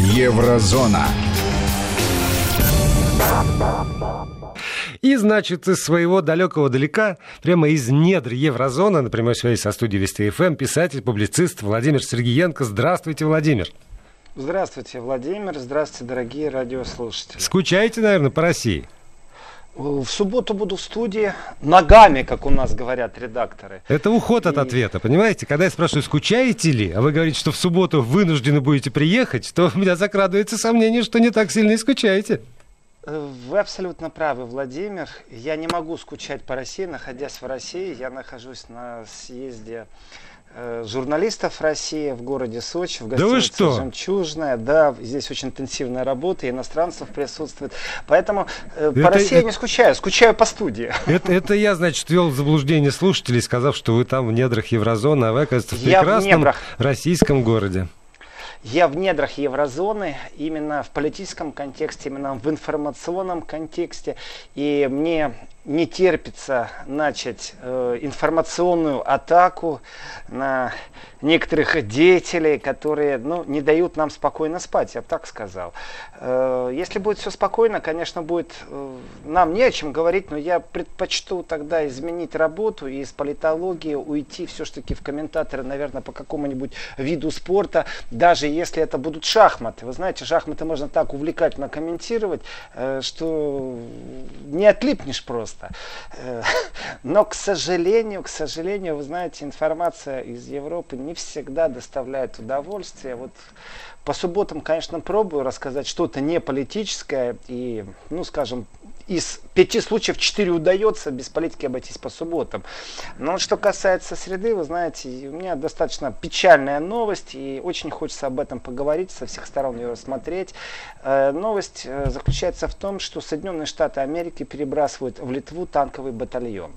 Еврозона. И, значит, из своего далекого далека, прямо из недр Еврозоны, на прямой связи со студией Вести ФМ, писатель, публицист Владимир Сергиенко. Здравствуйте, Владимир. Здравствуйте, Владимир. Здравствуйте, дорогие радиослушатели. Скучаете, наверное, по России? В субботу буду в студии ногами, как у нас говорят редакторы. Это уход от ответа, понимаете? Когда я спрашиваю, скучаете ли, а вы говорите, что в субботу вынуждены будете приехать, то у меня закрадывается сомнение, что не так сильно и скучаете. Вы абсолютно правы, Владимир. Я не могу скучать по России, находясь в России. Я нахожусь на съезде журналистов России в городе Сочи, в гостинице «Жемчужная». Да, здесь очень интенсивная работа, иностранцев присутствует. Поэтому по России я не скучаю, скучаю по студии. Это я, значит, ввел в заблуждение слушателей, сказав, что вы там в недрах Еврозоны, а вы, оказывается, в прекрасном российском городе. Я в недрах Еврозоны, именно в политическом контексте, именно в информационном контексте. И мне не терпится начать информационную атаку на некоторых деятелей, которые не дают нам спокойно спать, я бы так сказал. Если будет все спокойно, конечно, будет нам не о чем говорить, но я предпочту тогда изменить работу и из политологии уйти все-таки в комментаторы, наверное, по какому-нибудь виду спорта, даже если это будут шахматы. Вы знаете, шахматы можно так увлекательно комментировать, что не отлипнешь просто. Но, к сожалению, вы знаете, информация из Европы не всегда доставляет удовольствие. Вот по субботам, конечно, пробую рассказать что-то не политическое. И, скажем, из 5 случаев 4 удается без политики обойтись по субботам. Но что касается среды, вы знаете, у меня достаточно печальная новость. И очень хочется об этом поговорить, со всех сторон ее рассмотреть. Новость заключается в том, что Соединенные Штаты Америки перебрасывают в Литву танковый батальон.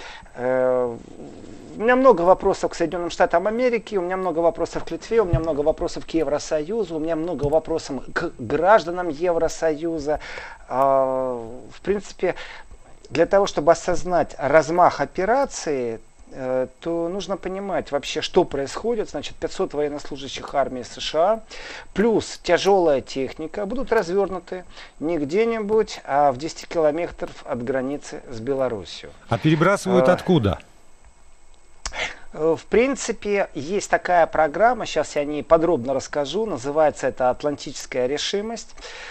У меня много вопросов к Соединенным Штатам Америки, у меня много вопросов к Литве, у меня много вопросов к Евросоюзу, у меня много вопросов к гражданам Евросоюза. В принципе, для того, чтобы осознать размах операции, то нужно понимать вообще, что происходит. Значит, 500 военнослужащих армии США плюс тяжелая техника будут развернуты не где-нибудь, а в 10 километров от границы с Белоруссией. А перебрасывают откуда? В принципе, есть такая программа, сейчас я о ней подробно расскажу, называется это «Атлантическая решимость».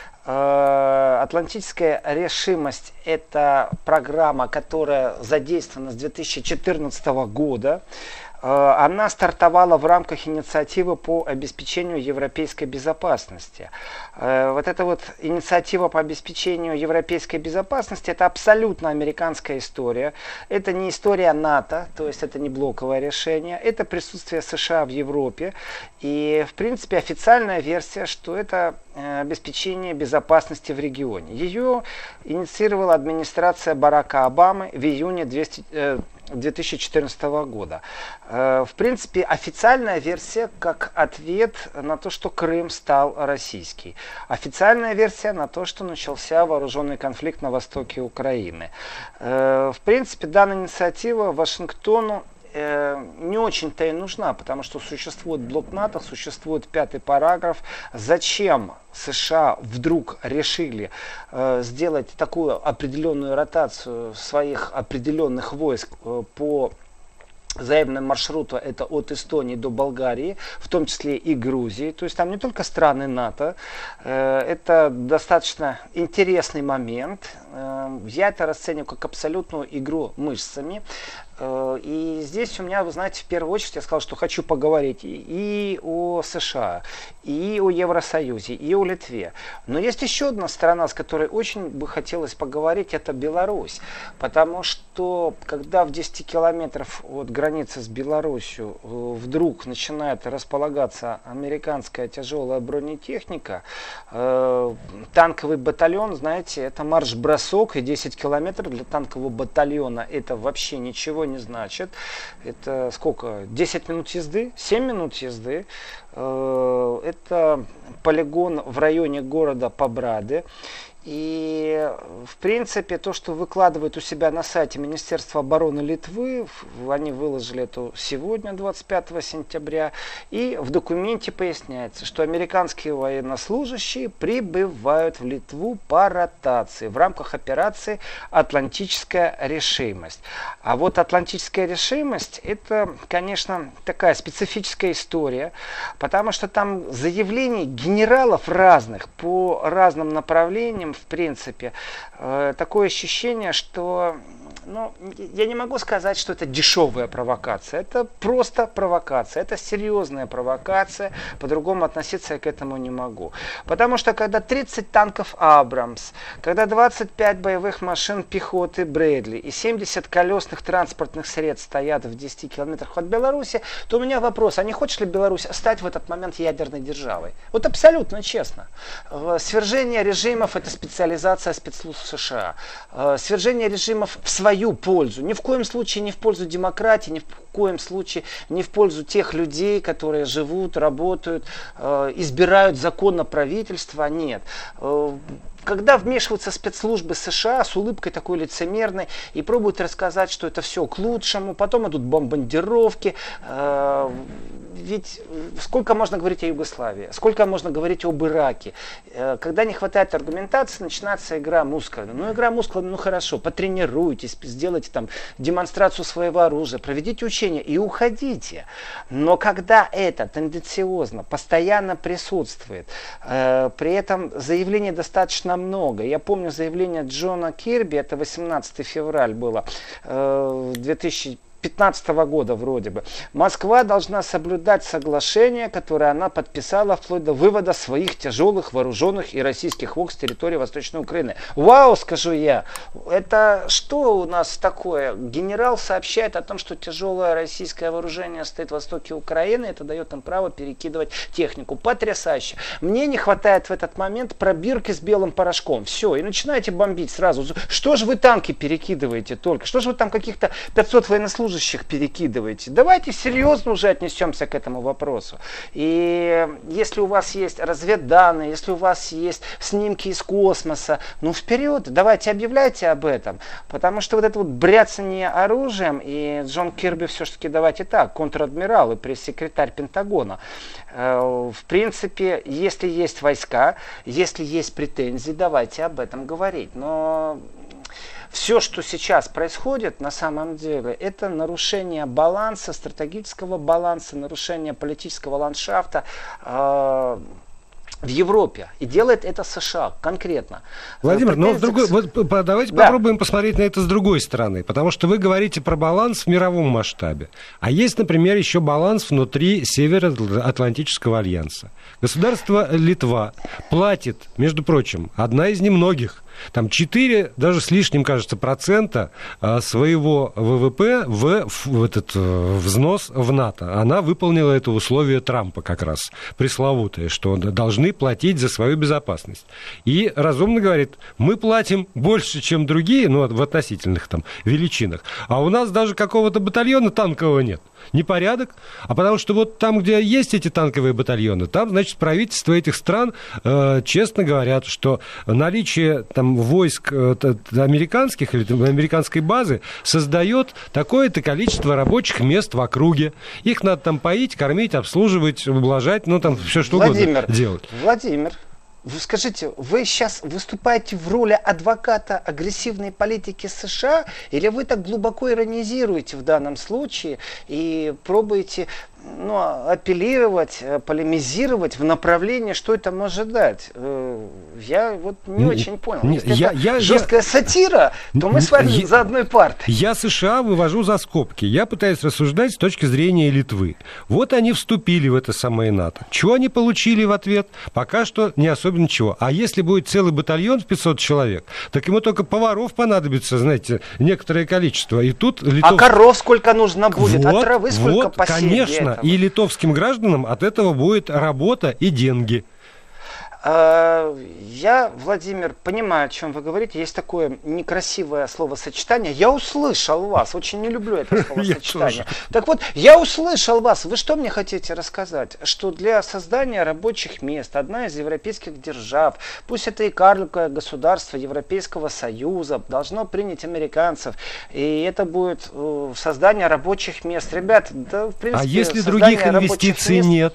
Атлантическая решимость – это программа, которая задействована с 2014 года. Она стартовала в рамках инициативы по обеспечению европейской безопасности. Вот эта вот инициатива по обеспечению европейской безопасности – это абсолютно американская история. Это не история НАТО, то есть это не блоковое решение. Это присутствие США в Европе. И, в принципе, официальная версия, что это обеспечение безопасности в регионе. Ее инициировала администрация Барака Обамы в июне 2014 года. В принципе, официальная версия как ответ на то, что Крым стал российский. Официальная версия на то, что начался вооруженный конфликт на востоке Украины. В принципе, данная инициатива Вашингтону не очень-то и нужна, потому что существует блок НАТО, существует 5-й параграф. Зачем США вдруг решили сделать такую определенную ротацию своих определенных войск по взаимному маршруту, это от Эстонии до Болгарии, в том числе и Грузии, то есть там не только страны НАТО, это достаточно интересный момент, я это расцениваю как абсолютную игру мышцами. И здесь у меня, вы знаете, в первую очередь я сказал, что хочу поговорить и о США, и о Евросоюзе, и о Литве. Но есть еще одна страна, с которой очень бы хотелось поговорить, это Беларусь. Потому что, когда в 10 километров от границы с Беларусью вдруг начинает располагаться американская тяжелая бронетехника, танковый батальон, знаете, это марш-бросок, и 10 километров для танкового батальона это вообще ничего не значит. Это сколько? 10 минут езды? 7 минут езды. Это полигон в районе города Побрады. И, в принципе, то, что выкладывают у себя на сайте Министерства обороны Литвы, они выложили это сегодня, 25 сентября, и в документе поясняется, что американские военнослужащие прибывают в Литву по ротации в рамках операции «Атлантическая решимость». А вот «Атлантическая решимость» — это, конечно, такая специфическая история, потому что там заявлений генералов разных по разным направлениям, в принципе, такое ощущение, что, я не могу сказать, что это дешевая провокация. Это просто провокация. Это серьезная провокация. По-другому относиться я к этому не могу. Потому что когда 30 танков Абрамс, когда 25 боевых машин пехоты Брэдли и 70 колесных транспортных средств стоят в 10 километрах от Беларуси, то у меня вопрос, а не хочет ли Беларусь стать в этот момент ядерной державой? Вот абсолютно честно. Свержение режимов — это специализация спецслужб США. Свержение режимов в свою пользу. Ни в коем случае не в пользу демократии, ни в коем случае не в пользу тех людей, которые живут, работают, избирают законно правительство. Нет. Когда вмешиваются спецслужбы США с улыбкой такой лицемерной и пробуют рассказать, что это все к лучшему, потом идут бомбардировки. Ведь сколько можно говорить о Югославии, сколько можно говорить об Ираке. Когда не хватает аргументации, начинается игра мускулами. Игра мускулами, хорошо, потренируйтесь, сделайте там демонстрацию своего оружия, проведите учения и уходите. Но когда это тенденциозно, постоянно присутствует, при этом заявлений достаточно много. Я помню заявление Джона Кирби, это 18 февраля было, 2015 года вроде бы. Москва должна соблюдать соглашение, которое она подписала вплоть до вывода своих тяжелых вооруженных и российских войск с территории Восточной Украины. Вау, скажу я. Это что у нас такое? Генерал сообщает о том, что тяжелое российское вооружение стоит в востоке Украины. Это дает им право перекидывать технику. Потрясающе. Мне не хватает в этот момент пробирки с белым порошком. Все. И начинаете бомбить сразу. Что же вы танки перекидываете только? Что же вы там каких-то 500 военнослужащих перекидываете? Давайте серьезно уже отнесемся к этому вопросу. И если у вас есть разведданные, если у вас есть снимки из космоса, вперед, давайте объявляйте об этом. Потому что вот это вот бряцание оружием, и Джон Кирби все-таки, давайте так, контр-адмирал и пресс-секретарь Пентагона. В принципе, если есть войска, если есть претензии, давайте об этом говорить. Но все, что сейчас происходит, на самом деле, это нарушение баланса, стратегического баланса, нарушение политического ландшафта в Европе. И делает это США конкретно. Владимир, давайте попробуем посмотреть на это с другой стороны. Потому что вы говорите про баланс в мировом масштабе. А есть, например, еще баланс внутри Североатлантического альянса. Государство Литва платит, между прочим, одна из немногих, там 4, даже с лишним, кажется, процента своего ВВП в этот взнос в НАТО. Она выполнила это условие Трампа как раз, пресловутое, что должны платить за свою безопасность. И разумно говорит, мы платим больше, чем другие, в относительных там величинах, а у нас даже какого-то батальона танкового нет. Непорядок, а потому что вот там, где есть эти танковые батальоны, там, значит, правительства этих стран честно говорят, что наличие там войск американских или американской базы создает такое-то количество рабочих мест в округе. Их надо там поить, кормить, обслуживать, ублажать, там все что угодно делать. Владимир, скажите, вы сейчас выступаете в роли адвоката агрессивной политики США, или вы так глубоко иронизируете в данном случае и пробуете апеллировать, полемизировать в направлении, что это может дать? Я не очень понял. Если это жесткая сатира, то мы с вами за одной партой. Я США вывожу за скобки. Я пытаюсь рассуждать с точки зрения Литвы. Вот они вступили в это самое НАТО. Чего они получили в ответ? Пока что не особенно чего. А если будет целый батальон в 500 человек, так ему только поваров понадобится, знаете, некоторое количество. И тут А коров сколько нужно будет? А травы сколько посеять? Конечно. И литовским гражданам от этого будет работа и деньги. Я, Владимир, понимаю, о чем вы говорите. Есть такое некрасивое словосочетание. Я услышал вас. Очень не люблю это словосочетание. Так вот, я услышал вас. Вы что мне хотите рассказать? Что для создания рабочих мест одна из европейских держав, пусть это и карликовое государство Европейского Союза, должно принять американцев. И это будет создание рабочих мест. Ребят, да, в принципе, а если других инвестиций нет?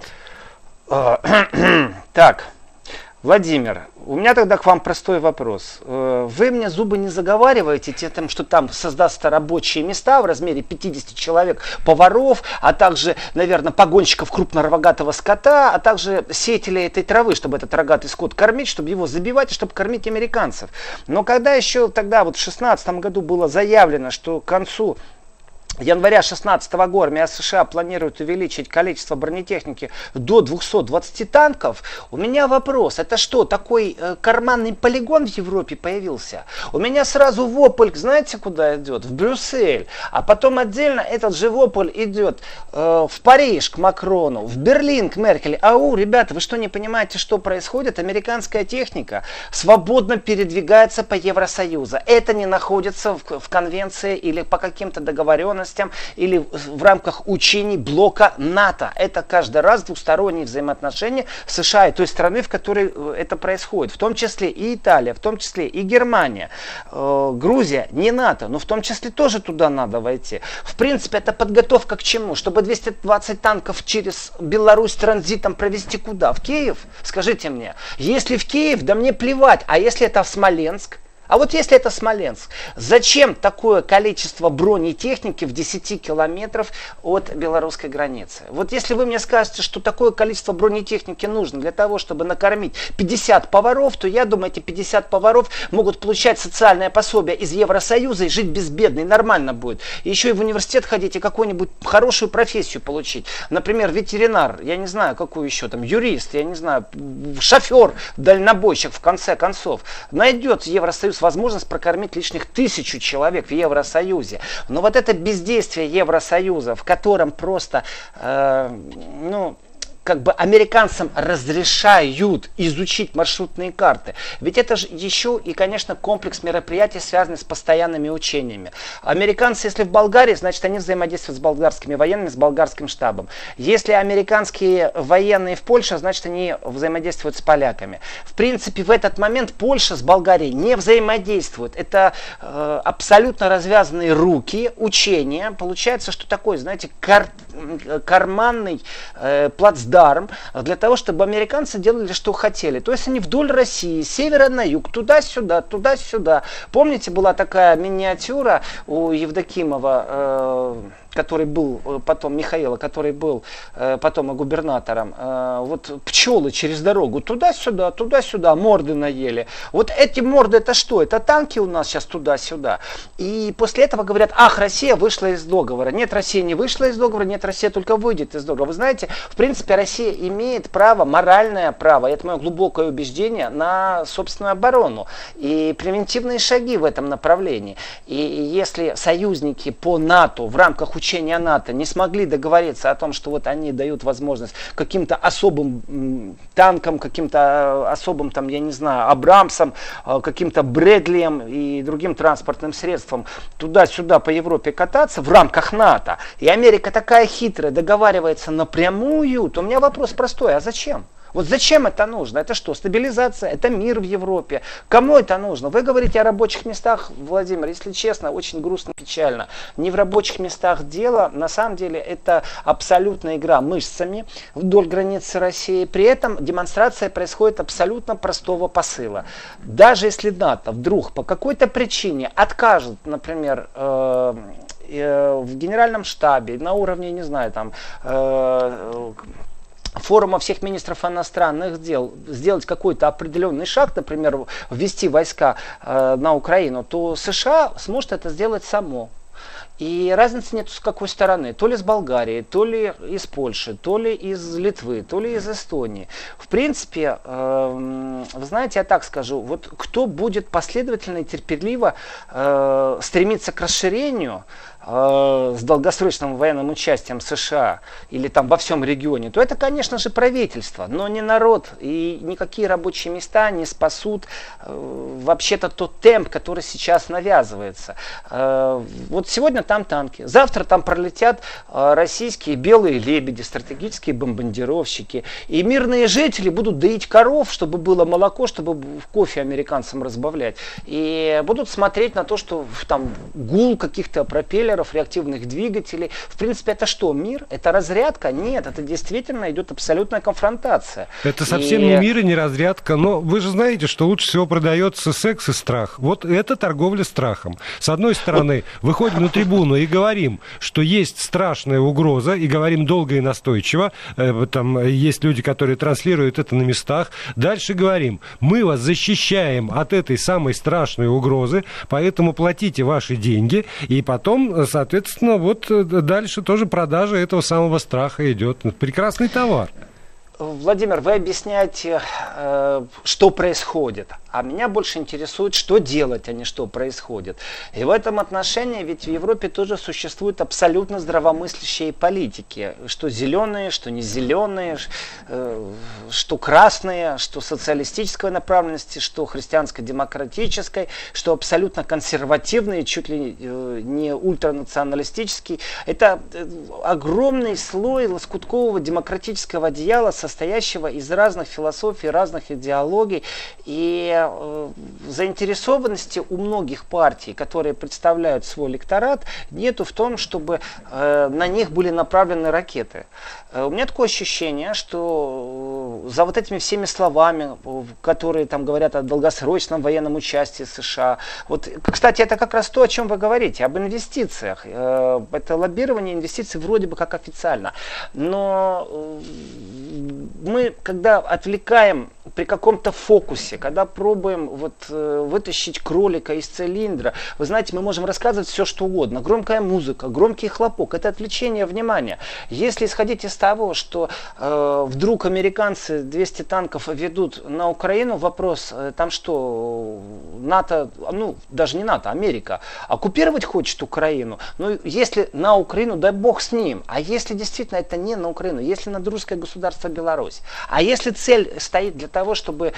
Так. Владимир, у меня тогда к вам простой вопрос. Вы мне зубы не заговариваете тем, что там создастся рабочие места в размере 50 человек, поваров, а также, наверное, погонщиков крупнорогатого скота, а также сеятелей этой травы, чтобы этот рогатый скот кормить, чтобы его забивать и чтобы кормить американцев. Но когда еще тогда, вот в 2016 году было заявлено, что к концу января 2016 года армия США планирует увеличить количество бронетехники до 220 танков. У меня вопрос, это что, такой карманный полигон в Европе появился? У меня сразу вопль, знаете, куда идет? В Брюссель. А потом отдельно этот же вопль идет в Париж к Макрону, в Берлин к Меркель. Ау, ребята, вы что, не понимаете, что происходит? Американская техника свободно передвигается по Евросоюзу. Это не находится в конвенции или по каким-то договоренностям, или в рамках учений блока НАТО. Это каждый раз двусторонние взаимоотношения США и той страны, в которой это происходит. В том числе и Италия, в том числе и Германия. Грузия не НАТО, но в том числе тоже туда надо войти. В принципе, это подготовка к чему? Чтобы 220 танков через Беларусь транзитом провести куда? В Киев? Скажите мне. Если в Киев, да мне плевать. А если это в Смоленск? А вот если это Смоленск, зачем такое количество бронетехники в 10 километров от белорусской границы? Вот если вы мне скажете, что такое количество бронетехники нужно для того, чтобы накормить 50 поваров, то я думаю, эти 50 поваров могут получать социальное пособие из Евросоюза и жить безбедно, и нормально будет. И еще и в университет ходить, и какую-нибудь хорошую профессию получить. Например, ветеринар, я не знаю, какую еще там, юрист, я не знаю, шофер, дальнобойщик, в конце концов. Найдет Евросоюз возможность прокормить лишних 1000 человек в Евросоюзе. Но вот это бездействие Евросоюза, в котором просто, как бы американцам разрешают изучить маршрутные карты. Ведь это же еще и, конечно, комплекс мероприятий, связанный с постоянными учениями. Американцы, если в Болгарии, значит, они взаимодействуют с болгарскими военными, с болгарским штабом. Если американские военные в Польше, значит, они взаимодействуют с поляками. В принципе, в этот момент Польша с Болгарией не взаимодействует. Это абсолютно развязанные руки, учения. Получается, что такой, знаете, карманный плацдарм для того, чтобы американцы делали, что хотели. То есть они вдоль России, с севера на юг, туда-сюда, туда-сюда. Помните, была такая миниатюра у Евдокимова, который был потом, Михаила, который был потом губернатором, вот пчелы через дорогу, туда-сюда, морды наели. Вот эти морды, это что? Это танки у нас сейчас туда-сюда. И после этого говорят, ах, Россия вышла из договора. Нет, Россия не вышла из договора, нет, Россия только выйдет из договора. Вы знаете, в принципе, Россия имеет право, моральное право, это мое глубокое убеждение, на собственную оборону. И превентивные шаги в этом направлении. И если союзники по НАТО в рамках учения НАТО не смогли договориться о том, что вот они дают возможность каким-то особым танкам, каким-то особым, там, я не знаю, Абрамсам, каким-то Брэдлием и другим транспортным средствам туда-сюда по Европе кататься в рамках НАТО, и Америка такая хитрая, договаривается напрямую, то у меня вопрос простой, а зачем? Вот зачем это нужно? Это что, стабилизация? Это мир в Европе? Кому это нужно? Вы говорите о рабочих местах, Владимир, если честно, очень грустно, печально. Не в рабочих местах дело, на самом деле это абсолютная игра мышцами вдоль границы России. При этом демонстрация происходит абсолютно простого посыла. Даже если НАТО вдруг по какой-то причине откажет, например, в генеральном штабе, на уровне, не знаю, там, форума всех министров иностранных дел сделать какой-то определенный шаг, например, ввести войска на Украину, то США сможет это сделать само. И разницы нет с какой стороны. То ли с Болгарии, то ли из Польши, то ли из Литвы, то ли из Эстонии. В принципе, вы знаете, я так скажу, вот кто будет последовательно и терпеливо стремиться к расширению, с долгосрочным военным участием США или там во всем регионе, то это, конечно же, правительство, но не народ. И никакие рабочие места не спасут вообще-то тот темп, который сейчас навязывается. Вот сегодня там танки, завтра там пролетят российские белые лебеди, стратегические бомбардировщики. И мирные жители будут доить коров, чтобы было молоко, чтобы в кофе американцам разбавлять. И будут смотреть на то, что там гул каких-то пропеллеров, реактивных двигателей. В принципе, это что, мир? Это разрядка? Нет, это действительно идет абсолютная конфронтация. Это совсем не мир и не разрядка. Но вы же знаете, что лучше всего продается секс и страх. Вот это торговля страхом. С одной стороны, выходим на трибуну и говорим, что есть страшная угроза, и говорим долго и настойчиво. Там есть люди, которые транслируют это на местах. Дальше говорим, мы вас защищаем от этой самой страшной угрозы, поэтому платите ваши деньги, и потом, соответственно, вот дальше тоже продажа этого самого страха идет. Прекрасный товар. Владимир, вы объясняете, что происходит, а меня больше интересует, что делать, а не что происходит. И в этом отношении ведь в Европе тоже существуют абсолютно здравомыслящие политики, что зеленые, что не зеленые, что красные, что социалистической направленности, что христианско-демократической, что абсолютно консервативные, чуть ли не ультранационалистические. Это огромный слой лоскуткового демократического одеяла, состоящего из разных философий, разных идеологий, и заинтересованности у многих партий, которые представляют свой электорат, нету в том, чтобы на них были направлены ракеты. У меня такое ощущение, что за вот этими всеми словами, которые там говорят о долгосрочном военном участии США, вот, кстати, это как раз то, о чем вы говорите, об инвестициях. Это лоббирование инвестиций вроде бы как официально. Но мы, когда отвлекаем при каком-то фокусе, когда пробуем вытащить кролика из цилиндра, вы знаете, мы можем рассказывать все, что угодно. Громкая музыка, громкий хлопок, это отвлечение внимания. Если исходить из того, что вдруг американцы 200 танков ведут на Украину, вопрос, там что, НАТО, даже не НАТО, Америка, оккупировать хочет Украину? Ну, если на Украину, дай бог с ним. А если действительно это не на Украину, если на русское государство Беларусь? А если цель стоит для того, чтобы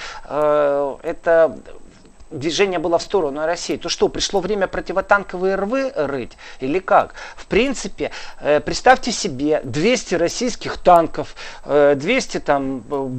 это движение было в сторону России, то что, пришло время противотанковые рвы рыть? Или как? В принципе, представьте себе 200 российских танков, 200 там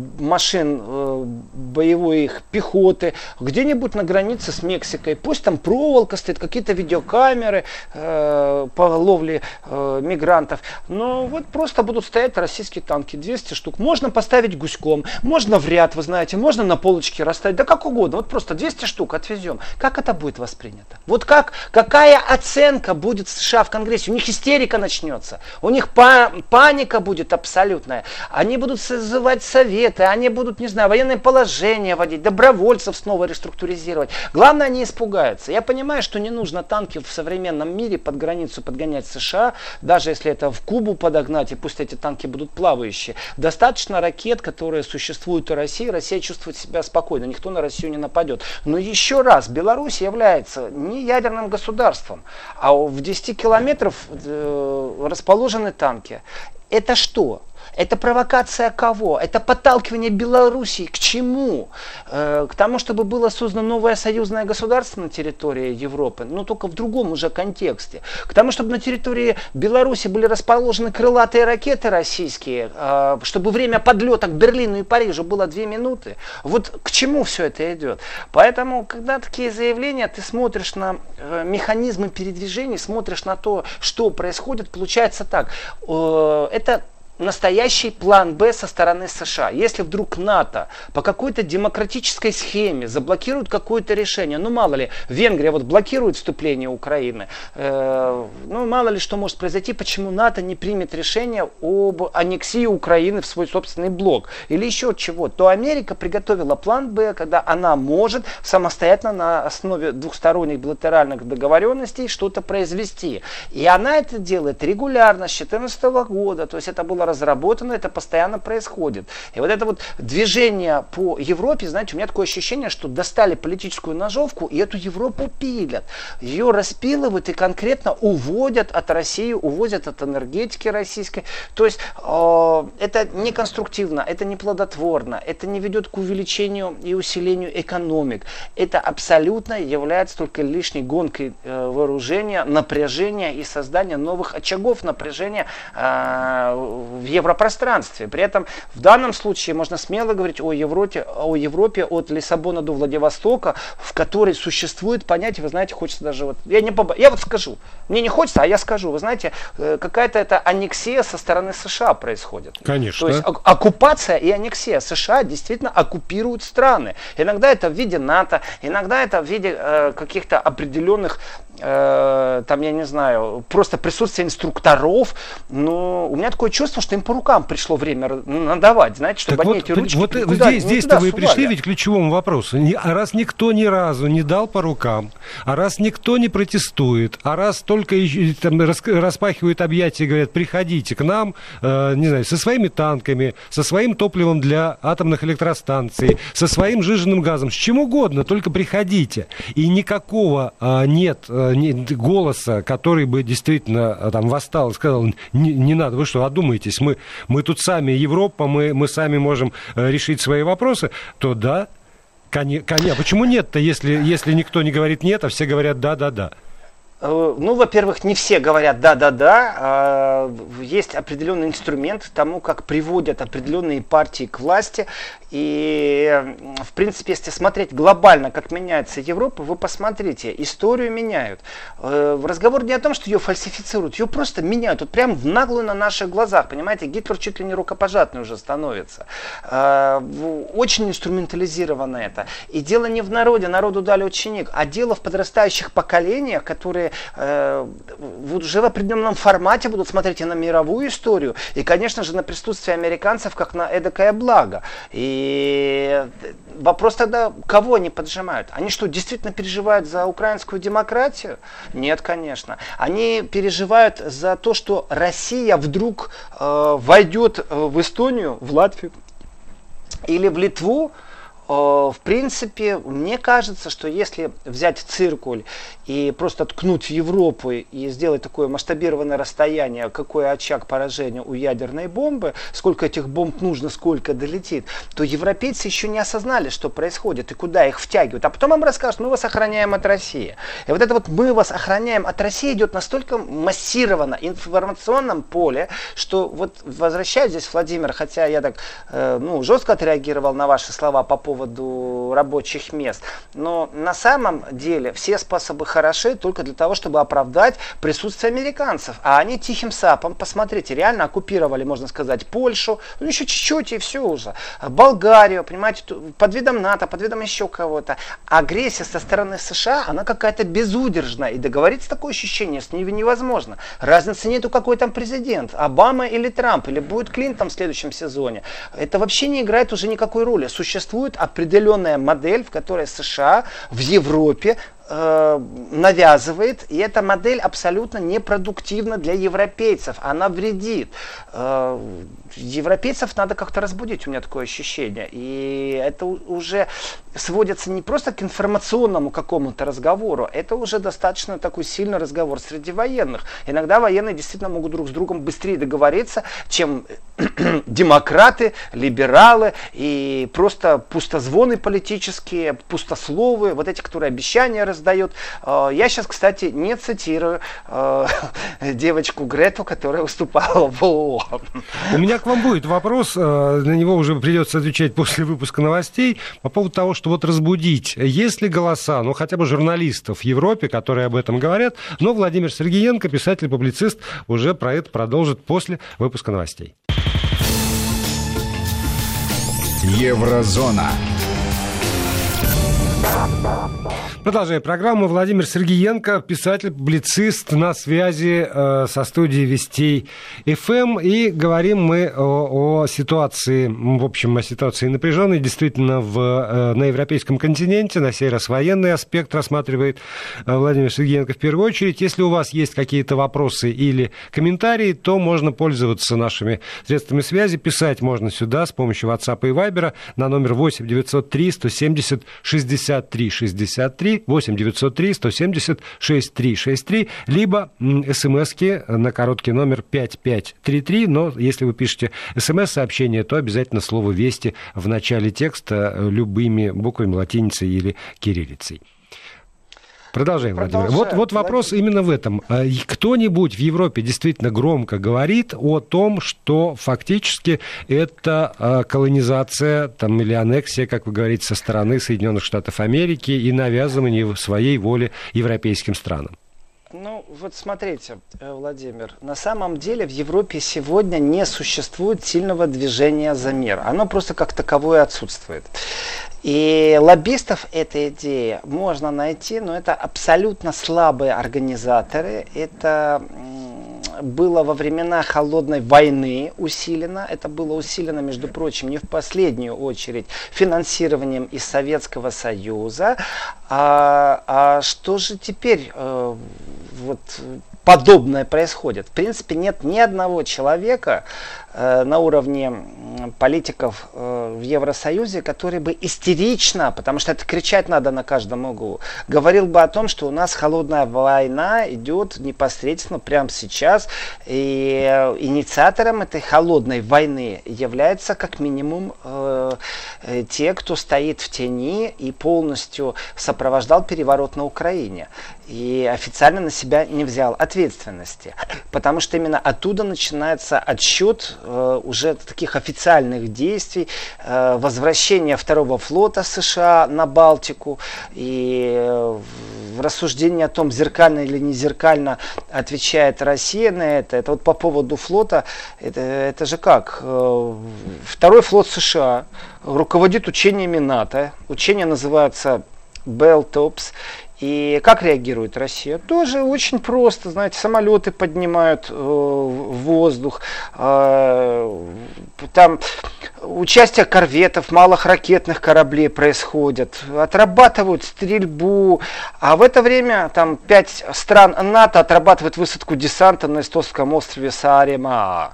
машин боевой их пехоты, где-нибудь на границе с Мексикой. Пусть там проволока стоит, какие-то видеокамеры по ловле мигрантов. Но вот просто будут стоять российские танки, 200 штук. Можно поставить гуськом, можно в ряд, вы знаете, можно на полочке расставить, да как угодно. Вот просто 200 штук отвезем. Как это будет воспринято? Вот какая оценка будет в США в Конгрессе? У них истерика начнется. У них паника будет абсолютная. Они будут созывать советы, они будут, не знаю, военное положение вводить, добровольцев снова реструктуризировать. Главное, они испугаются. Я понимаю, что не нужно танки в современном мире под границу подгонять США, даже если это в Кубу подогнать, и пусть эти танки будут плавающие. Достаточно ракет, которые существуют в России. Россия чувствует себя спокойно, никто на Россию не нападет. Но еще раз, Беларусь является не ядерным государством, а в 10 километров расположены танки. Это что? Это провокация кого? Это подталкивание Белоруссии к чему? К тому, чтобы было создано новое союзное государство на территории Европы, но только в другом уже контексте. К тому, чтобы на территории Беларуси были расположены крылатые ракеты российские, чтобы время подлета к Берлину и Парижу было 2 минуты. Вот к чему все это идет? Поэтому, когда такие заявления, ты смотришь на механизмы передвижения, смотришь на то, что происходит, получается так. Это настоящий план Б со стороны США. Если вдруг НАТО по какой-то демократической схеме заблокирует какое-то решение, мало ли, Венгрия блокирует вступление Украины, мало ли что может произойти, почему НАТО не примет решение об аннексии Украины в свой собственный блок или еще чего, то Америка приготовила план Б, когда она может самостоятельно на основе двухсторонних билатеральных договоренностей что-то произвести. И она это делает регулярно с 2014 года, то есть это было искусство разработано, это постоянно происходит. И вот это вот движение по Европе, знаете, у меня такое ощущение, что достали политическую ножовку и эту Европу пилят. Ее распилывают и конкретно уводят от России, уводят от энергетики российской. То есть это не конструктивно, это не плодотворно, это не ведет к увеличению и усилению экономик. Это абсолютно является только лишней гонкой вооружения, напряжения и создания новых очагов напряжения в европространстве. При этом в данном случае можно смело говорить о Европе от Лиссабона до Владивостока, в которой существует понятие, вы знаете, хочется даже вот, я вот скажу, мне не хочется, а я скажу, вы знаете, какая-то это аннексия со стороны США происходит. Конечно. То есть оккупация и аннексия. США действительно оккупируют страны. Иногда это в виде НАТО, иногда это в виде каких-то определенных, там, я не знаю, просто присутствия инструкторов. Но у меня такое чувство, что им по рукам пришло время надавать, знаете, чтобы так они вот, эти ручки вот здесь-то вы пришли ведь к ключевому вопросу. А раз никто ни разу не дал по рукам, а раз никто не протестует, а раз только там, распахивают объятия и говорят, приходите к нам, не знаю, со своими танками, со своим топливом для атомных электростанций, со своим сжиженным газом, с чем угодно, только приходите. И никакого нет голоса, который бы действительно там восстал и сказал, не надо, вы что, одумайтесь, мы тут сами Европа, мы сами можем решить свои вопросы, то да, коня. Почему нет-то, если никто не говорит нет, а все говорят да-да-да? Ну, во-первых, не все говорят да-да-да. Есть определенный инструмент тому, как приводят определенные партии к власти. И, в принципе, если смотреть глобально, как меняется Европа, вы посмотрите, историю меняют. Разговор не о том, что ее фальсифицируют, ее просто меняют. Вот прям в наглую на наших глазах, понимаете, Гитлер чуть ли не рукопожатный уже становится. Очень инструментализировано это. И дело не в народе, народу дали ученик, а дело в подрастающих поколениях, которые уже в определенном формате будут смотреть и на мировую историю, и, конечно же, на присутствие американцев как на эдакое благо. И вопрос тогда, кого они поджимают? Они что, действительно переживают за украинскую демократию? Нет, конечно. Они переживают за то, что Россия вдруг войдет в Эстонию, в Латвию или в Литву. В принципе, мне кажется, что если взять циркуль и просто ткнуть в Европу и сделать такое масштабированное расстояние, какой очаг поражения у ядерной бомбы, сколько этих бомб нужно, сколько долетит, то европейцы еще не осознали, что происходит и куда их втягивают. А потом им расскажут, мы вас охраняем от России. И вот это вот мы вас охраняем от России идет настолько массированно в информационном поле, что вот возвращаюсь здесь, Владимир, хотя я так жестко отреагировал на ваши слова по поводу рабочих мест. Но на самом деле все способы хороши только для того, чтобы оправдать присутствие американцев. А они тихим сапом, посмотрите, реально оккупировали, можно сказать, Польшу, еще чуть-чуть и все уже. Болгарию, понимаете, под видом НАТО, под видом еще кого-то. Агрессия со стороны США, она какая-то безудержная. И договориться такое ощущение с ними невозможно. Разницы нету, какой там президент, Обама или Трамп, или будет Клинтон в следующем сезоне. Это вообще не играет уже никакой роли. Существует определенная модель, в которой США в Европе навязывает, и эта модель абсолютно непродуктивна для европейцев, она вредит. Европейцев надо как-то разбудить, у меня такое ощущение, и это уже сводится не просто к информационному какому-то разговору, это уже достаточно такой сильный разговор среди военных. Иногда военные действительно могут друг с другом быстрее договориться, чем демократы, либералы и просто пустозвоны политические, пустословы, вот эти, которые обещания раздают. Я сейчас, кстати, не цитирую девочку Грету, которая выступала в ООН. У меня к вам будет вопрос, на него уже придется отвечать после выпуска новостей, по поводу того, что вот разбудить. Есть ли голоса, хотя бы журналистов в Европе, которые об этом говорят, но Владимир Сергеенко, писатель-публицист, уже про это продолжит после выпуска новостей. Еврозона. Продолжаем программу. Владимир Сергеенко, писатель, публицист, на связи со студией Вестей ФМ. И говорим мы о ситуации, в общем, о ситуации напряженной, действительно, на европейском континенте. На сей раз военный аспект рассматривает Владимир Сергеенко в первую очередь. Если у вас есть какие-то вопросы или комментарии, то можно пользоваться нашими средствами связи. Писать можно сюда с помощью WhatsApp и Viber на номер 8 903 170 63 63, 8 903 170 63 63, либо смски на короткий номер 5533, но если вы пишете смс-сообщение, то обязательно слово «Вести» в начале текста любыми буквами, латиницей или кириллицей. Продолжаем, Владимир. Вот вопрос именно в этом. Кто-нибудь в Европе действительно громко говорит о том, что фактически это колонизация там, или аннексия, как вы говорите, со стороны Соединенных Штатов Америки и навязывание своей воли европейским странам? Ну, вот смотрите, Владимир, на самом деле в Европе сегодня не существует сильного движения за мир. Оно просто как таковое отсутствует. И лоббистов этой идеи можно найти, но это абсолютно слабые организаторы. Это было во времена холодной войны усилено. Это было усилено, между прочим, не в последнюю очередь финансированием из Советского Союза. А что же теперь вот подобное происходит? В принципе, нет ни одного человека на уровне политиков в Евросоюзе, который бы истерично, потому что это кричать надо на каждом углу, говорил бы о том, что у нас холодная война идет непосредственно прямо сейчас, и инициатором этой холодной войны является как минимум те, кто стоит в тени и полностью сопровождал переворот на Украине и официально на себя не взял ответственности, потому что именно оттуда начинается отсчет уже таких официальных действий, возвращение второго флота США на Балтику и рассуждение о том, зеркально или не зеркально отвечает Россия на это. Это вот по поводу флота, это же как? Второй флот США руководит учениями НАТО. Учения называются BELTOPS. И как реагирует Россия? Тоже очень просто, знаете, самолеты поднимают в воздух, там участие корветов, малых ракетных кораблей происходит, отрабатывают стрельбу, а в это время там 5 стран НАТО отрабатывают высадку десанта на эстонском острове Сааремаа.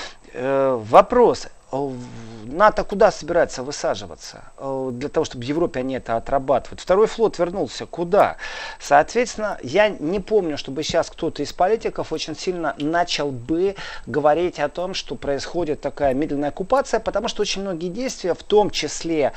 Вопрос. НАТО куда собирается высаживаться? Для того, чтобы в Европе они это отрабатывают. Второй флот вернулся куда? Соответственно, я не помню, чтобы сейчас кто-то из политиков очень сильно начал бы говорить о том, что происходит такая медленная оккупация, потому что очень многие действия, в том числе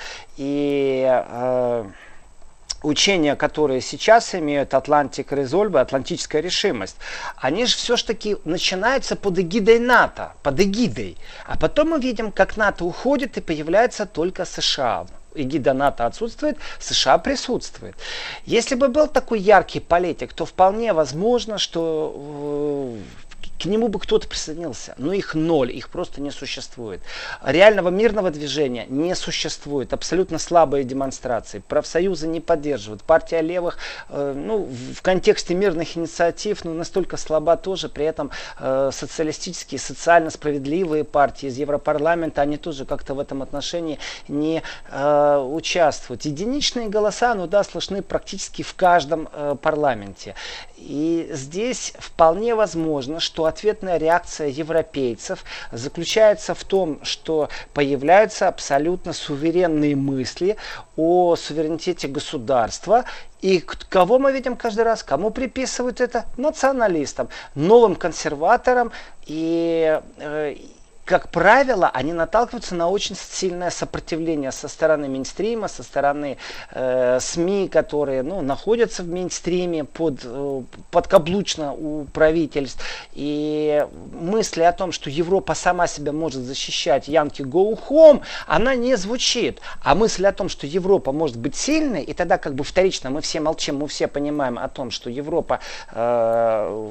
и учения, которые сейчас имеют Atlantic Resolve, атлантическая решимость, они же все-таки начинаются под эгидой НАТО, под эгидой. А потом мы видим, как НАТО уходит и появляется только США. Эгида НАТО отсутствует, США присутствует. Если бы был такой яркий политик, то вполне возможно, что к нему бы кто-то присоединился. Но их ноль, их просто не существует. Реального мирного движения не существует. Абсолютно слабые демонстрации. Профсоюзы не поддерживают. Партия левых, в контексте мирных инициатив, настолько слаба тоже. При этом социалистические, социально справедливые партии из Европарламента, они тоже как-то в этом отношении не участвуют. Единичные голоса, слышны практически в каждом парламенте. И здесь вполне возможно, что ответная реакция европейцев заключается в том, что появляются абсолютно суверенные мысли о суверенитете государства. И кого мы видим каждый раз? Кому приписывают это? Националистам, новым консерваторам. И как правило, они наталкиваются на очень сильное сопротивление со стороны мейнстрима, со стороны СМИ, которые находятся в мейнстриме подкаблучно у правительств. И мысли о том, что Европа сама себя может защищать, Янки go home, она не звучит. А мысль о том, что Европа может быть сильной, и тогда вторично мы все молчим, мы все понимаем о том, что Европа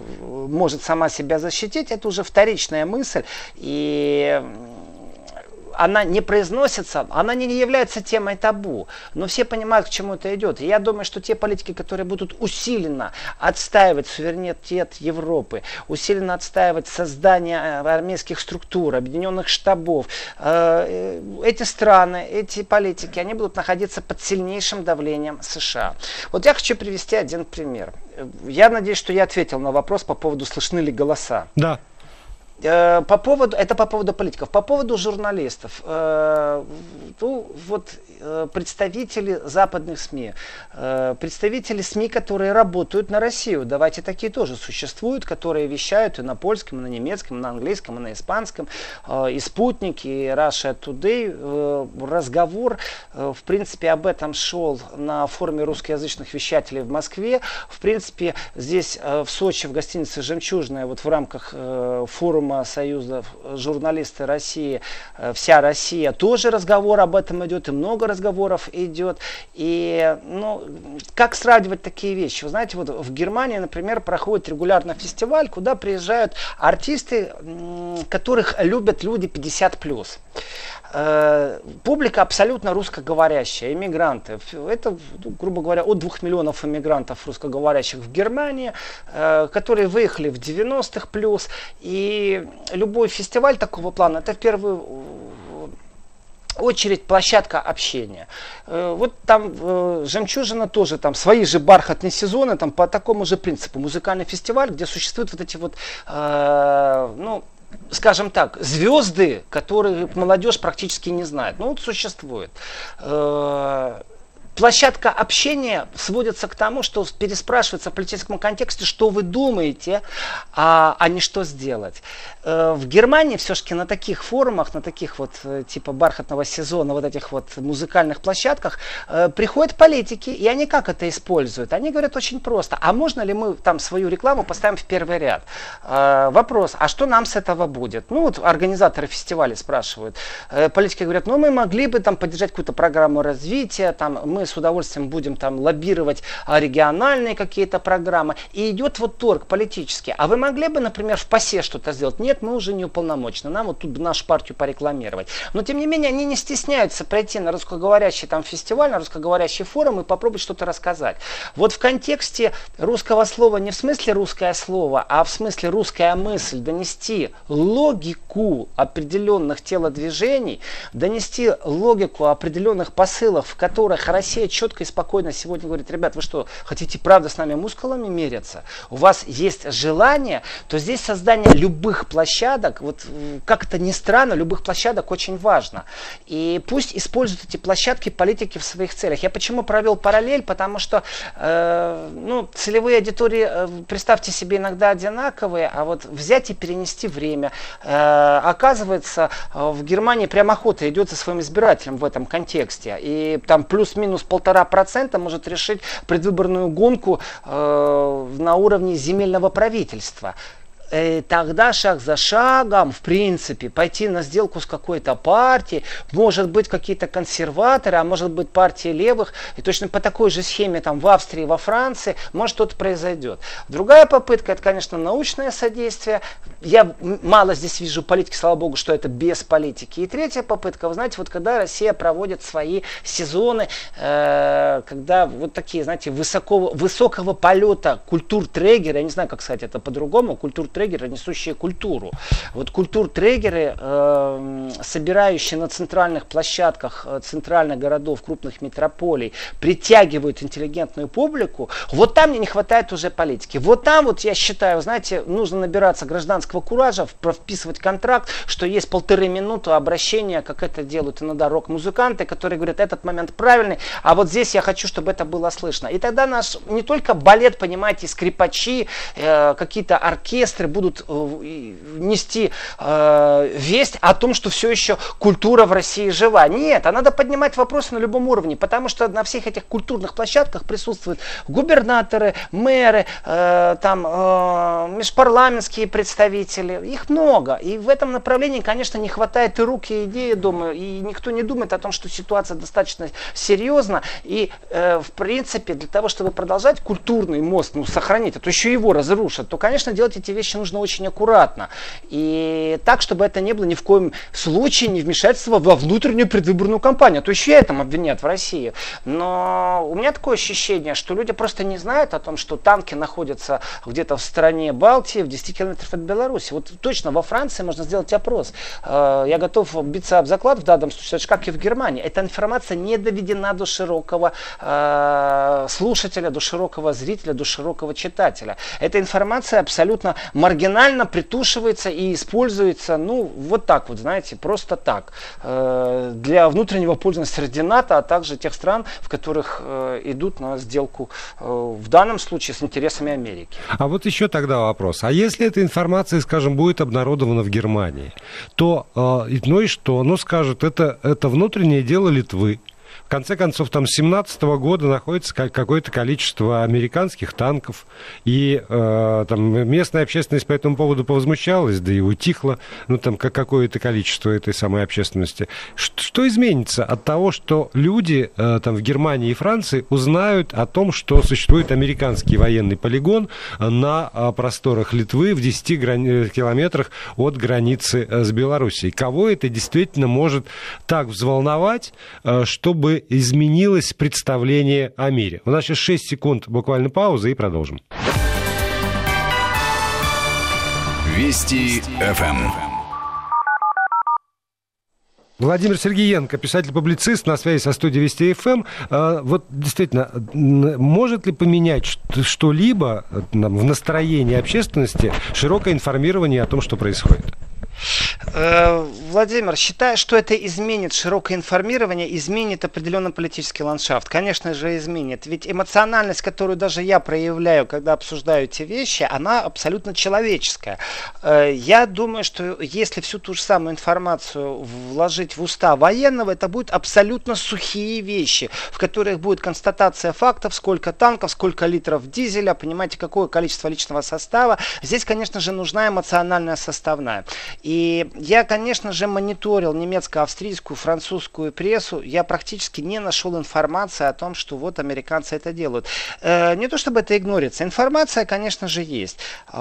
может сама себя защитить, это уже вторичная мысль. И она не произносится, она не является темой табу. Но все понимают, к чему это идет. И я думаю, что те политики, которые будут усиленно отстаивать суверенитет Европы, усиленно отстаивать создание армейских структур, объединенных штабов, эти страны, эти политики, они будут находиться под сильнейшим давлением США. Вот я хочу привести один пример. Я надеюсь, что я ответил на вопрос по поводу, слышны ли голоса. Да. Это по поводу политиков. По поводу журналистов. Представители западных СМИ, представители СМИ, которые работают на Россию, давайте такие тоже существуют, которые вещают и на польском, и на немецком, и на английском, и на испанском, и «Спутник», и Russia Today. Разговор, в принципе, об этом шел на форуме русскоязычных вещателей в Москве. В принципе, здесь в Сочи, в гостинице «Жемчужная», вот в рамках форума Союза журналисты России, вся Россия, тоже разговор об этом идет, и много разговоров идет. И, как сравнивать такие вещи? Вы знаете, вот в Германии, например, проходит регулярно фестиваль, куда приезжают артисты, которых любят люди 50+. Публика абсолютно русскоговорящая, иммигранты. Это, грубо говоря, от 2 миллионов иммигрантов русскоговорящих в Германии, которые выехали в 90-х плюс. И любой фестиваль такого плана, это в первую очередь площадка общения. Вот там «Жемчужина» тоже, там свои же бархатные сезоны, там по такому же принципу. Музыкальный фестиваль, где существуют вот эти вот, скажем так, звезды, которые молодежь практически не знает. Вот существует. Площадка общения сводится к тому, что переспрашивается в политическом контексте, что вы думаете, а не что сделать. В Германии все-таки на таких форумах, на таких вот типа бархатного сезона, вот этих вот музыкальных площадках приходят политики, и они как это используют? Они говорят очень просто: а можно ли мы там свою рекламу поставим в первый ряд? Вопрос: а что нам с этого будет? Вот организаторы фестиваля спрашивают. Политики говорят: мы могли бы там поддержать какую-то программу развития, там мы с удовольствием будем там лоббировать региональные какие-то программы. И идет вот торг политический. А вы могли бы, например, в ПАСЕ что-то сделать? Нет, мы уже не уполномочены. Нам вот тут нашу партию порекламировать. Но тем не менее они не стесняются пройти на русскоговорящий там фестиваль, на русскоговорящий форум и попробовать что-то рассказать. Вот в контексте русского слова не в смысле русское слово, а в смысле русская мысль, донести логику определенных телодвижений, донести логику определенных посылов, в которых Россия четко и спокойно сегодня говорит: ребят, вы что, хотите правда с нами мускулами меряться? У вас есть желание, то здесь создание любых площадок, вот как это ни странно, любых площадок очень важно. И пусть используют эти площадки политики в своих целях. Я почему провел параллель? Потому что целевые аудитории, представьте себе, иногда одинаковые, а вот взять и перенести время. Оказывается, в Германии прям охота идет за своим избирателем в этом контексте. И там плюс-минус 1,5% может решить предвыборную гонку на уровне земельного правительства. Тогда шаг за шагом, в принципе, пойти на сделку с какой-то партией, может быть, какие-то консерваторы, а может быть, партии левых, и точно по такой же схеме там в Австрии, во Франции, может, что-то произойдет. Другая попытка, это, конечно, научное содействие. Я мало здесь вижу политики, слава богу, что это без политики. И третья попытка, вы знаете, вот когда Россия проводит свои сезоны, когда вот такие, знаете, высокого полета культур-трегеры, я не знаю, как сказать это по-другому, культур-трегеры, несущие культуру. Вот культур-трегеры, собирающие на центральных площадках центральных городов, крупных метрополий, притягивают интеллигентную публику. Вот там мне не хватает уже политики. Вот там, вот я считаю, знаете, нужно набираться гражданского куража, вписывать контракт, что есть 1,5 минуты обращения, как это делают иногда рок-музыканты, которые говорят: этот момент правильный, а вот здесь я хочу, чтобы это было слышно. И тогда наш не только балет, понимаете, скрипачи, какие-то оркестры будут нести весть о том, что все еще культура в России жива. Нет, а надо поднимать вопросы на любом уровне, потому что на всех этих культурных площадках присутствуют губернаторы, мэры, межпарламентские представители. Их много. И в этом направлении, конечно, не хватает и рук, и идеи, думаю. И никто не думает о том, что ситуация достаточно серьезна. И, в принципе, для того, чтобы продолжать культурный мост, сохранить, а то еще его разрушат, то, конечно, делать эти вещи вещи нужно очень аккуратно. И так, чтобы это не было ни в коем случае не вмешательство во внутреннюю предвыборную кампанию. То еще этом обвинят в России. Но у меня такое ощущение, что люди просто не знают о том, что танки находятся где-то в стране Балтии, в 10 километров от Беларуси. Вот точно во Франции можно сделать опрос. Я готов биться об заклад в данном случае, как и в Германии. Эта информация не доведена до широкого слушателя, до широкого зрителя, до широкого читателя. Эта информация абсолютно маргинально притушивается и используется, ну, вот так вот, знаете, просто так. Для внутреннего пользования среди НАТО, а также тех стран, в которых идут на сделку, в данном случае, с интересами Америки. А вот еще тогда вопрос. А если эта информация, скажем, будет обнародована в Германии, то, ну и что? Ну, скажут, это внутреннее дело Литвы. В конце концов, там с 2017 года находится какое-то количество американских танков, и там местная общественность по этому поводу повозмущалась, да и утихло, ну, там какое-то количество этой самой общественности. Что изменится от того, что люди там в Германии и Франции узнают о том, что существует американский военный полигон на просторах Литвы в 10 километрах от границы с Белоруссией? Кого это действительно может так взволновать, чтобы изменилось представление о мире? У нас сейчас 6 секунд буквально паузы и продолжим. Вести ФМ. Владимир Сергеенко, писатель-публицист, на связи со студией Вести ФМ. Вот действительно, может ли поменять что-либо в настроении общественности широкое информирование о том, что происходит? Владимир, считаю, что это изменит широкое информирование, изменит определенный политический ландшафт. Конечно же, изменит. Ведь эмоциональность, которую даже я проявляю, когда обсуждаю эти вещи, она абсолютно человеческая. Я думаю, что если всю ту же самую информацию вложить в уста военного, это будут абсолютно сухие вещи, в которых будет констатация фактов, сколько танков, сколько литров дизеля, понимаете, какое количество личного состава. Здесь, конечно же, нужна эмоциональная составная. И я, конечно же, мониторил немецко-австрийскую, французскую прессу. Я практически не нашел информации о том, что вот американцы это делают. Не то чтобы это игнорится. Информация, конечно же, есть.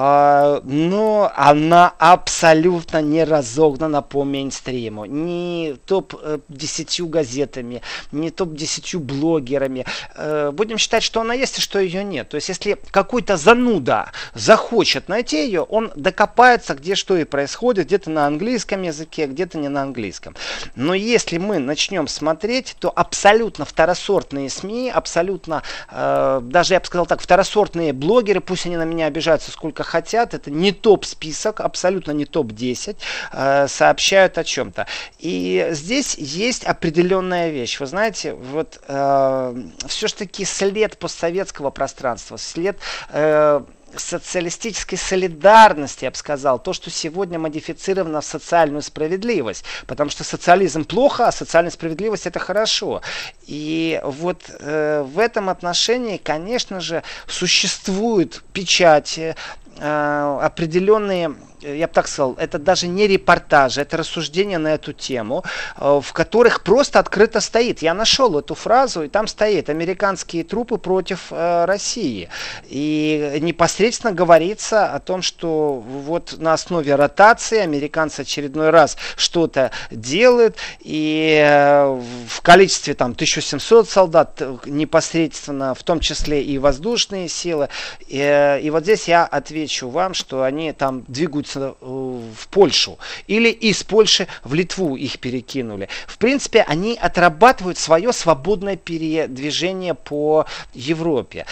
Но она абсолютно не разогнана по мейнстриму. Ни топ-10 газетами, ни топ-10 блогерами. Будем считать, что она есть и что ее нет. То есть, если какой-то зануда захочет найти ее, он докопается, где что и происходит, где-то на английском языке, где-то не на английском. Но если мы начнем смотреть, то абсолютно второсортные СМИ, абсолютно, даже я бы сказал так, второсортные блогеры, пусть они на меня обижаются сколько хотят, это не топ-список, абсолютно не топ-10, сообщают о чем-то. И здесь есть определенная вещь. Вы знаете, вот все-таки след постсоветского пространства, след социалистической солидарности, я бы сказал, то, что сегодня модифицировано в социальную справедливость, потому что социализм плохо, а социальная справедливость это хорошо. И вот в этом отношении, конечно же, существуют печати, определенные, я бы так сказал, это даже не репортажи, это рассуждения на эту тему, в которых просто открыто стоит. Я нашел эту фразу, и там стоит: американские трупы против России. И непосредственно говорится о том, что вот на основе ротации американцы очередной раз что-то делают, и в количестве там 1700 солдат непосредственно, в том числе и воздушные силы. И вот здесь я отвечу вам, что они там двигаются в Польшу. Или из Польши в Литву их перекинули. В принципе, они отрабатывают свое свободное передвижение по Европе.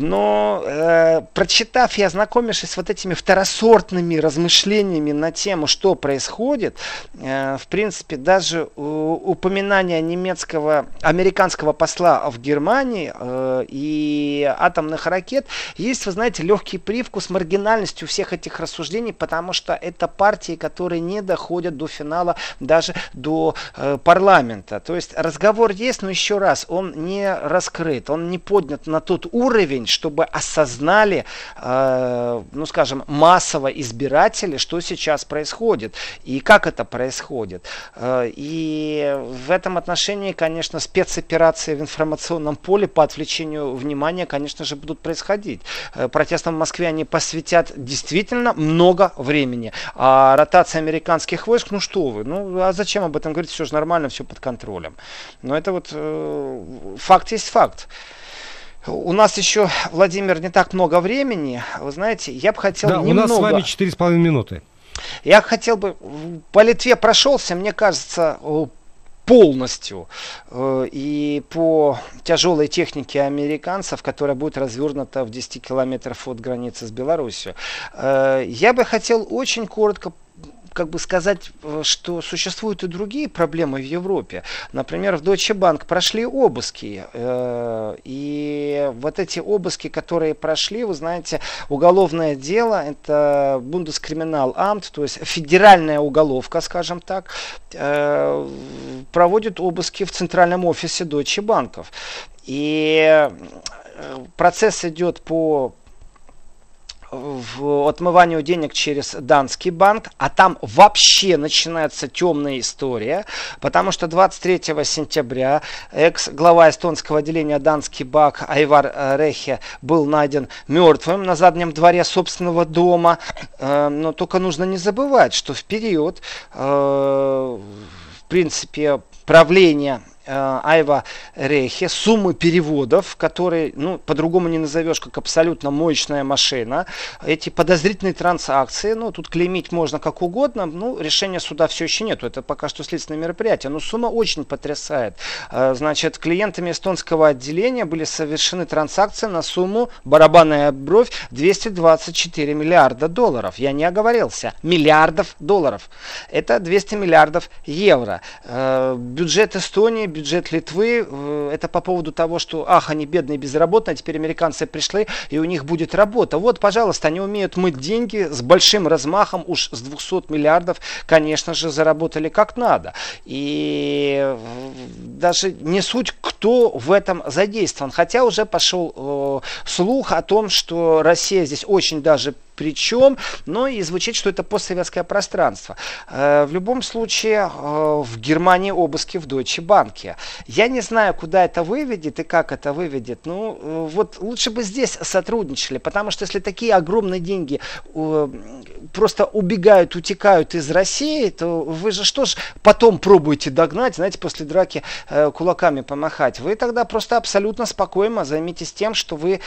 Но прочитав и ознакомившись с вот этими второсортными размышлениями на тему, что происходит, в принципе, даже упоминание американского посла в Германии и атомных ракет, есть, вы знаете, легкий привкус маргинальности у всех этих рассуждений, потому что это партии, которые не доходят до финала, даже до парламента. То есть разговор есть, но еще раз, он не раскрыт, он не поднят на тот уровень, чтобы осознали, ну скажем, массово избиратели, что сейчас происходит и как это происходит. И в этом отношении кампании, конечно, спецоперации в информационном поле по отвлечению внимания, конечно же, будут происходить. Протестам в Москве они посвятят действительно много времени. А ротация американских войск, ну что вы, ну а зачем об этом говорить, все же нормально, все под контролем. Но это вот факт есть факт. У нас еще, Владимир, не так много времени. Вы знаете, я бы хотел немного... Да, у нас с вами 4,5 минуты. Я хотел бы... По Литве прошелся, мне кажется, полностью. И по тяжелой технике американцев, которая будет развернута в 10 километров от границы с Беларусью. Я бы хотел очень коротко сказать, что существуют и другие проблемы в Европе. Например, в Deutsche Bank прошли обыски. И вот эти обыски, которые прошли, вы знаете, уголовное дело, это Bundeskriminalamт, то есть федеральная уголовка, скажем так, проводит обыски в центральном офисе Deutsche Bank. И процесс идет по отмыванию денег через Данский банк, а там вообще начинается темная история, потому что 23 сентября экс-глава эстонского отделения Данский банк Айвар Рехе был найден мертвым на заднем дворе собственного дома, но только нужно не забывать, что в период, в принципе, правления Айва Рехе, суммы переводов, которые, по-другому не назовешь, как абсолютно мощная машина, эти подозрительные транзакции, тут клеймить можно как угодно, решения суда все еще нету, это пока что следственное мероприятие, но сумма очень потрясает. Значит, клиентами эстонского отделения были совершены транзакции на сумму, барабанная бровь, 224 миллиарда долларов. Я не оговорился, миллиардов долларов. Это 200 миллиардов евро. Бюджет Эстонии, бюджет Литвы, это по поводу того, что, они бедные, безработные, а теперь американцы пришли, и у них будет работа. Вот, пожалуйста, они умеют мыть деньги с большим размахом, уж с 200 миллиардов, конечно же, заработали как надо. И даже не суть, кто в этом задействован. Хотя уже пошел слух о том, что Россия здесь очень даже причем, но и звучит, что это постсоветское пространство. В любом случае, в Германии обыски в Deutsche Bank. Я не знаю, куда это выведет и как это выведет. Вот лучше бы здесь сотрудничали, потому что если такие огромные деньги просто убегают, утекают из России, то вы же что ж потом пробуете догнать, знаете, после драки кулаками помахать. Вы тогда просто абсолютно спокойно займитесь тем, что вы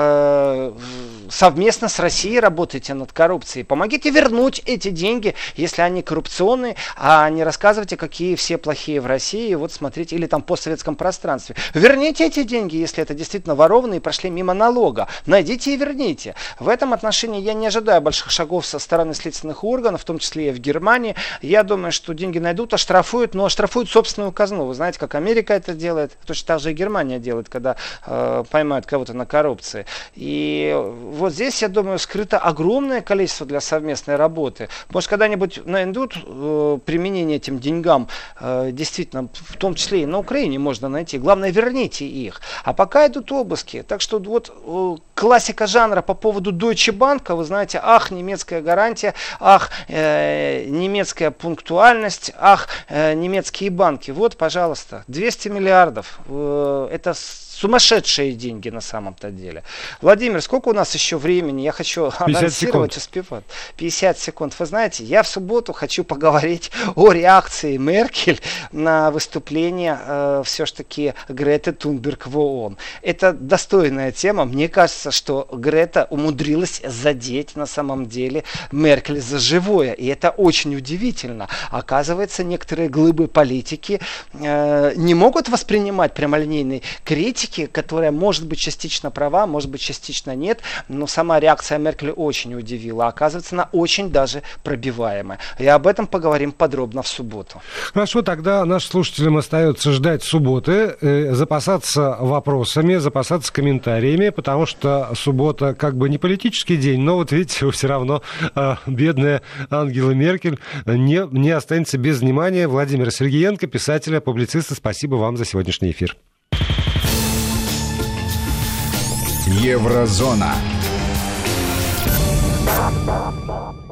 совместно с Россией работаете над коррупцией. Помогите вернуть эти деньги, если они коррупционные, а не рассказывайте, какие все плохие в России. Вот смотрите, или там в постсоветском пространстве. Верните эти деньги, если это действительно ворованные и прошли мимо налога. Найдите и верните. В этом отношении я не ожидаю больших шагов со стороны следственных органов, в том числе и в Германии. Я думаю, что деньги найдут, оштрафуют, но оштрафуют собственную казну. Вы знаете, как Америка это делает, точно так же и Германия делает, когда поймают кого-то на коррупции. И вот здесь, я думаю, скрыто огромное количество для совместной работы. Может, когда-нибудь найдут применение этим деньгам, действительно, в том числе и на Украине можно найти. Главное, верните их. А пока идут обыски. Так что вот классика жанра по поводу Deutsche Bank, вы знаете, немецкая гарантия, немецкая пунктуальность, немецкие банки. Вот, пожалуйста, 200 миллиардов. Это сумасшедшие деньги на самом-то деле. Владимир, сколько у нас еще времени? Я хочу анонсировать, успевать. 50 секунд. Вы знаете, я в субботу хочу поговорить о реакции Меркель на выступление все-таки Греты Тунберг в ООН. Это достойная тема. Мне кажется, что Грета умудрилась задеть на самом деле Меркель за живое. И это очень удивительно. Оказывается, некоторые глыбы политики не могут воспринимать прямолинейной критики, которая может быть частично права, может быть частично нет, но сама реакция Меркель очень удивила. Оказывается, она очень даже пробиваемая. И об этом поговорим подробно в субботу. Хорошо, тогда нашим слушателям остается ждать субботы, запасаться вопросами, запасаться комментариями, потому что суббота как бы не политический день, но вот видите, все равно бедная Ангела Меркель не останется без внимания. Владимир Сергеенко, писателя, публициста, спасибо вам за сегодняшний эфир. Еврозона.